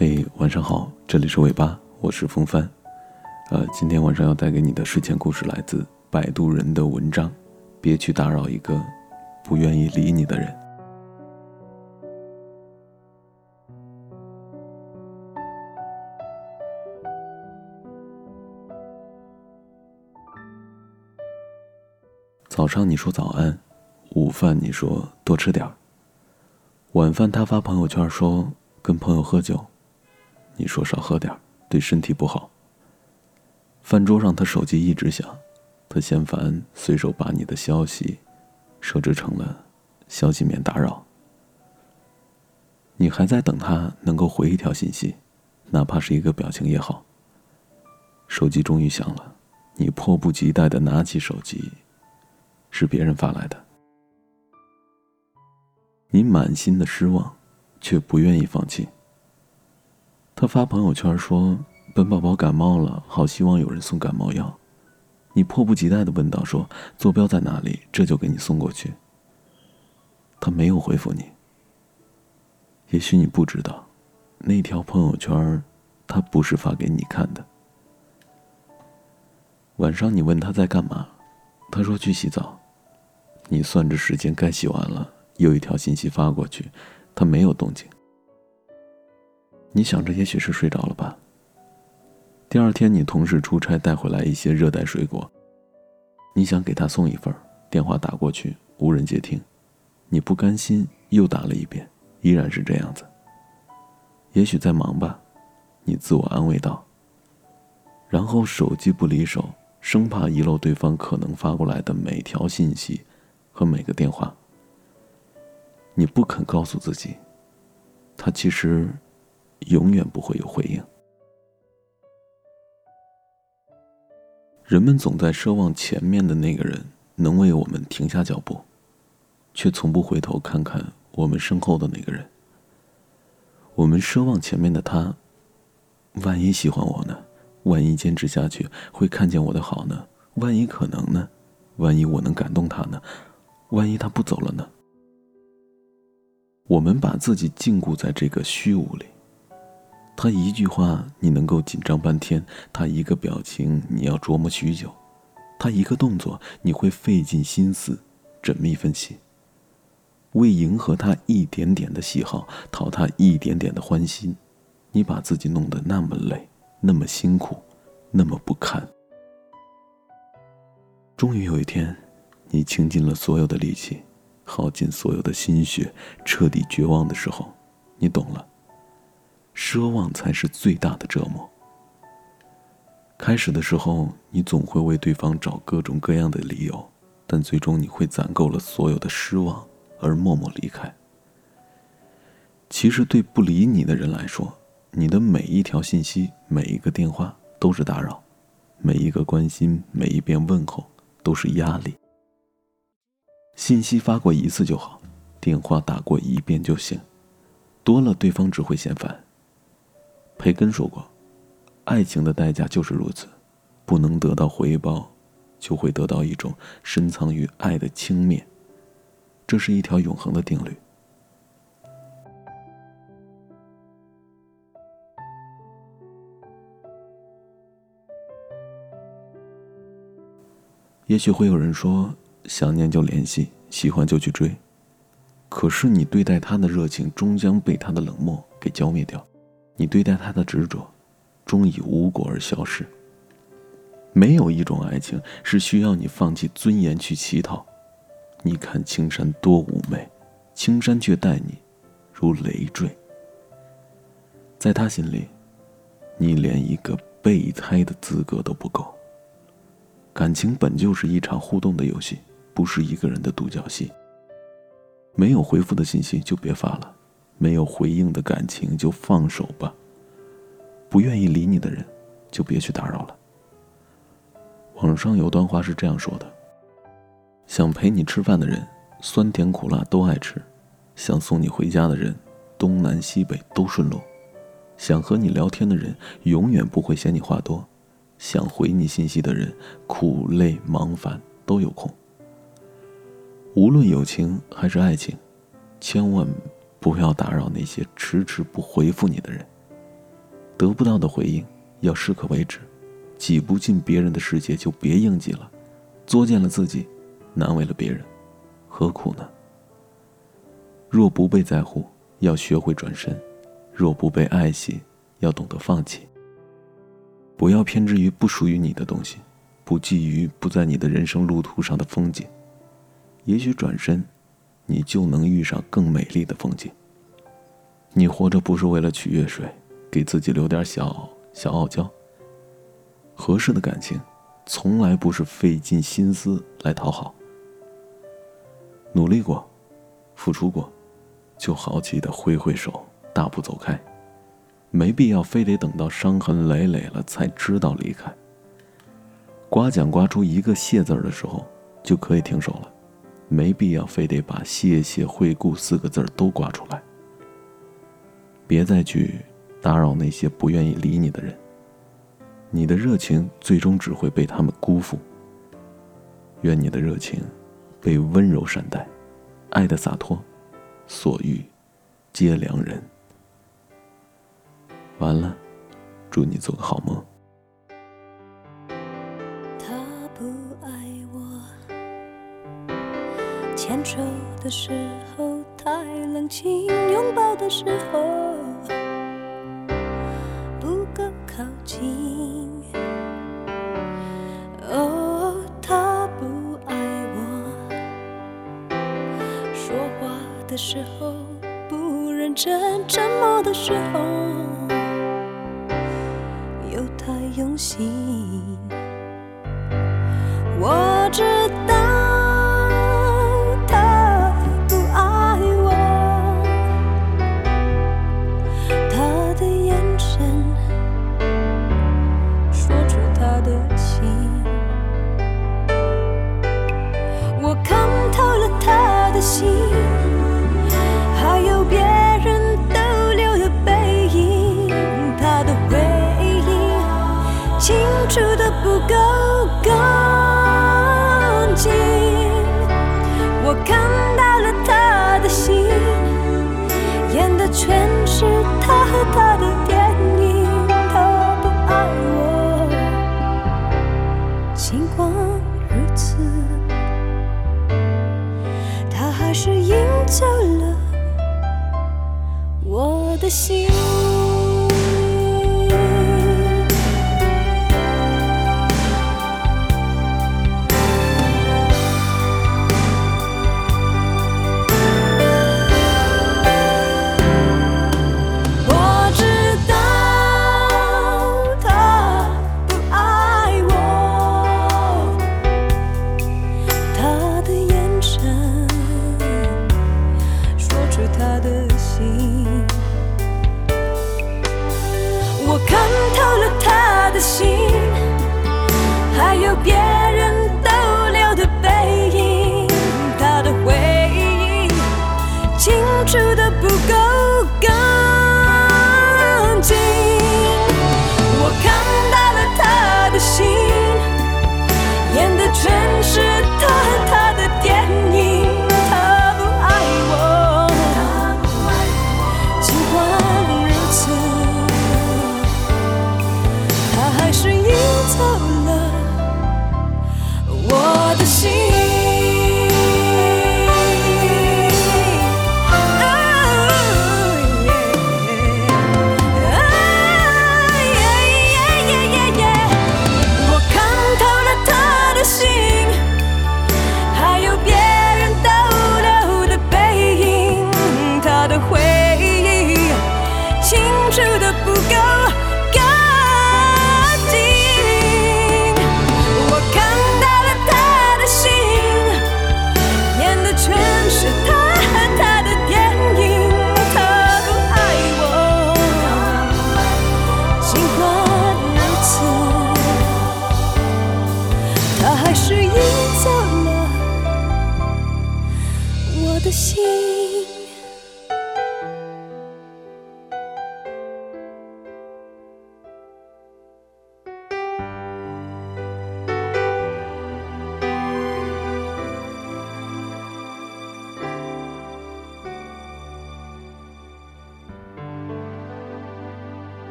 嘿，晚上好，这里是尾巴，我是风帆。今天晚上要带给你的睡前故事来自摆渡人的文章，别去打扰一个不愿意理你的人。早上你说早安，午饭你说多吃点儿，晚饭他发朋友圈说跟朋友喝酒，你说少喝点儿，对身体不好。饭桌上他手机一直响，他嫌烦，随手把你的消息设置成了消息免打扰。你还在等他能够回一条信息，哪怕是一个表情也好。手机终于响了，你迫不及待地拿起手机，是别人发来的。你满心的失望，却不愿意放弃。他发朋友圈说本宝宝感冒了，好希望有人送感冒药。你迫不及待地问道说坐标在哪里，这就给你送过去。他没有回复你。也许你不知道，那条朋友圈他不是发给你看的。晚上你问他在干嘛，他说去洗澡。你算着时间该洗完了，又一条信息发过去，他没有动静。你想着也许是睡着了吧。第二天你同事出差带回来一些热带水果，你想给他送一份，电话打过去无人接听，你不甘心又打了一遍，依然是这样子。也许在忙吧，你自我安慰道。然后手机不离手，生怕遗漏对方可能发过来的每条信息和每个电话。你不肯告诉自己，他其实永远不会有回应。人们总在奢望前面的那个人能为我们停下脚步，却从不回头看看我们身后的那个人。我们奢望前面的他，万一喜欢我呢？万一坚持下去会看见我的好呢？万一可能呢？万一我能感动他呢？万一他不走了呢？我们把自己禁锢在这个虚无里，他一句话你能够紧张半天，他一个表情你要琢磨许久，他一个动作你会费尽心思缜密分析。为迎合他一点点的喜好，讨他一点点的欢心，你把自己弄得那么累，那么辛苦，那么不堪。终于有一天，你倾尽了所有的力气，耗尽所有的心血，彻底绝望的时候，你懂了，奢望才是最大的折磨。开始的时候，你总会为对方找各种各样的理由，但最终你会攒够了所有的失望而默默离开。其实对不理你的人来说，你的每一条信息，每一个电话都是打扰，每一个关心，每一遍问候都是压力。信息发过一次就好，电话打过一遍就行，多了对方只会嫌烦。培根说过，爱情的代价就是如此，不能得到回报，就会得到一种深藏于爱的轻蔑，这是一条永恒的定律。也许会有人说，想念就联系，喜欢就去追，可是你对待他的热情终将被他的冷漠给浇灭掉，你对待他的执着终以无果而消失。没有一种爱情是需要你放弃尊严去乞讨。你看青山多妩媚，青山却待你如累赘。在他心里，你连一个备胎的资格都不够。感情本就是一场互动的游戏，不是一个人的独角戏。没有回复的信息就别发了，没有回应的感情就放手吧。不愿意理你的人，就别去打扰了。网上有段话是这样说的：想陪你吃饭的人，酸甜苦辣都爱吃；想送你回家的人，东南西北都顺路；想和你聊天的人，永远不会嫌你话多；想回你信息的人，苦累忙烦都有空。无论友情还是爱情，千万不要打扰那些迟迟不回复你的人。 得不到的回应要适可为止，挤不进别人的世界就别硬挤了，作践了自己，难为了别人，何苦呢？若不被在乎，要学会转身；若不被爱惜，要懂得放弃。不要偏执于不属于你的东西，不觊觎不在你的人生路途上的风景。也许转身，你就能遇上更美丽的风景。你活着不是为了取悦谁，给自己留点小傲娇。合适的感情，从来不是费尽心思来讨好。努力过，付出过，就豪气地挥挥手，大步走开。没必要非得等到伤痕累累了才知道离开。刮奖刮出一个谢字的时候，就可以停手了，没必要非得把谢谢惠顾4个字都刮出来。别再去打扰那些不愿意理你的人，你的热情最终只会被他们辜负。愿你的热情被温柔善待，爱的洒脱，所遇皆良人。完了，祝你做个好梦。 他不爱我，牵手的时候太冷清，拥抱的时候不够靠近。哦，他不爱我，说话的时候不认真，沉默的时候又太用心。我知道他不爱我，他的眼神说出他的情，我看透了他的心，还有别人逗留的背影，他的回应清楚的不够干净。我看到了他的心，演的全是他和他的电影。他不爱我，尽管如此，他还是赢走了我的心。我看透了他的心，还有别人逗留的背影，他的回忆清楚的不够干